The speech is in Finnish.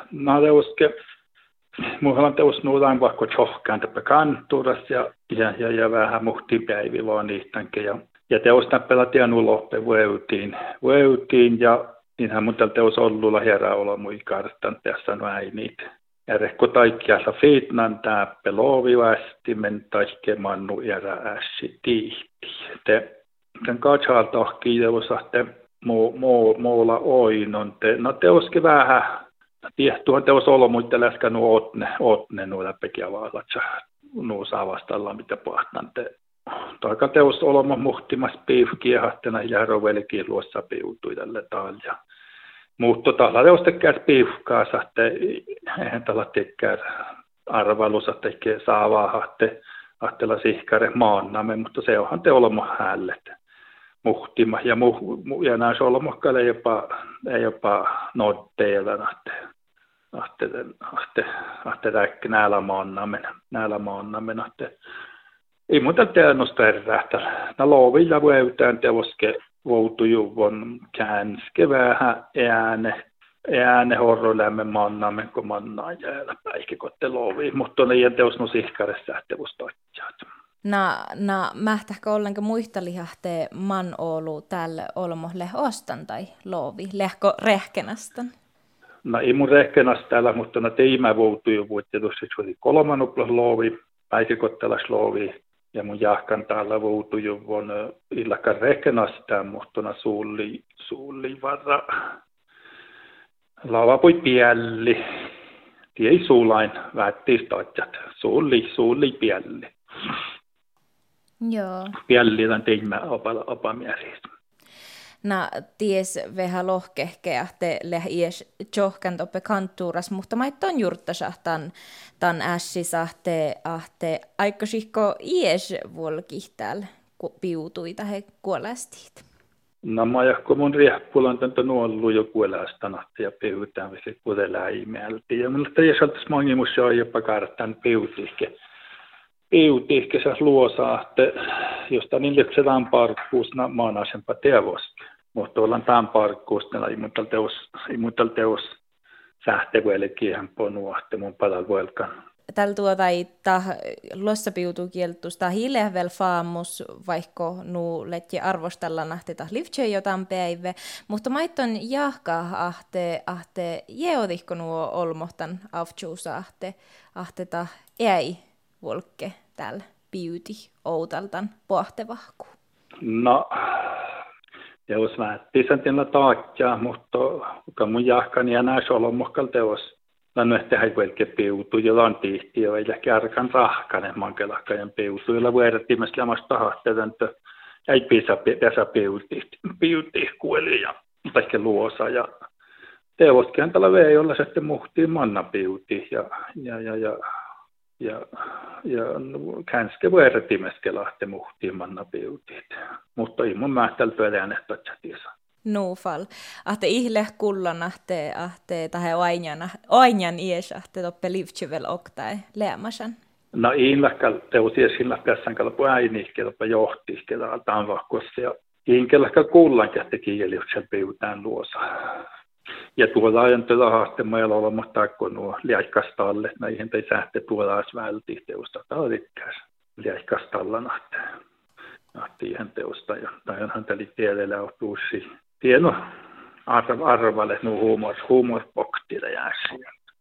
No teuske, mulla on teus nuudan vaikka tjohkaan täpä kanturas ja vähän muhtipäivi vaan niihtänkin. Ja teus näppälä tienu loppe vueutiin ja niinhän mun täällä teus ollulla herää olla mui kartan tässä näin niitä. Ja rehko taikkiassa fiitnan täppä loovivasti men taike mannu erä ässi tiihti. Ten katsal tohki teusahte muulla oinon. No teuske vähän. Tuohon teos olo muita läskä ootne nuo läppäkiä vaalatsa nuo saavastalla mitä pahtan te. Toika teos olo muhtimas piivkiehahtena järvelikin luossa piutui tälle talja. Mutta tällä teos tekee piivkaa sahte eihän tällä tekee arvalusa tekee saavaa hahtela sihkare maannamme, mutta se onhan te olo hället. Muhtima ja näissä olomokkaille ei jopa notteilla ahte räkki näillä maannamen ei muuta teännosta erähtä na loovilla vuotaan teoske voutujuvon känske vähän ääne horrolämme maannamen kun mannaan jäällä päikikotte loovi mutta ne teos no sihkaressa sähtevustoitjaat. Na mähtäkö ollenkaan muista lihahte man olu täällä olmohle ostan tai loovi lehko rehkenastan? No ei mun rehkenasta täällä, mutta na teimä voutui vuotta tuossa oli kolmannuplas loovi, päikikottelas loovi ja mun jahkan täällä voutui vuonna illakan rehkenasta, mutta na suulli varra lavapui pielli. Tiei suulain vättistoitjat, suulli pielli. Joo. Pielli on teimä opamiäristä. Na ties vähän lohkehkeä, te ies tjohkan toppe kanttuuras, mutta mä ton juurtasahtan tan ässisahte ahte aikosihko ies volkihtääl piutui tähän kuolestit. No mä jahko mun riehpulan täntä nuollu jo kuolestanahti ja peytään visi kuoleläimeälti. Ja mulla ei saltas mangimus jo jopa kartan peutihke saas luosahte, josta niin lypsetään parkkuusna maanaisempa teosta. Mutta ollaan tämän parkkuusna, ei muuta teos sähtevuelikin ihan ponuahte mun palveluelkan. Tällä tuota itta lossa piutuu kieltusta hilehvel faamus, vaikka nuu letji arvostella nahteta livtse jotain päivä, mutta maitton jahka ahte jeodihko nuo olmohtan avtsuusa ahteta ei volkke täällä piuti outaltan pohtevahku. No, teos vähtisän tiellä taakja, mutta kun mun jahkani ja näissä olmohkal teos. Mä en tehdä velke piutu, jolla on tihti ja vielä kärkän rahkanen mankelahkajan piutu, jolla vuodattimessa lämmästä hahtetaan, että ei pesä piuti kuoli ja taikka luosa. Ja teoskin tällä vei, jolla sitten muhtiin manna piuti ja känske vuodattimessa kelahti muhtiin manna piuti. Mutta ei mun mähtäällä pöydänehtä tjatiisa. Nuufal. Ahte ihle kullan ahte tähän oinjan ies ahte toppe livtsyvel oktai leemasan. No inläkkäl teusiesin lähkässän kalpu äinihke toppe johtihke tämän vahkossa ja inkelläkkäl kullan kähte kieliutsel piutään luosa. Ja tuolla ajan tällä haaste meillä olematta kun nuo liäikkastalle näihin tai sähte tuolla as välti teusta taadikkäs liäikkastallan ahte ihan teusta ja tajanhan täli tielellä otuusi. Tieno arvalle nuo huumorpoktilla jääsiä.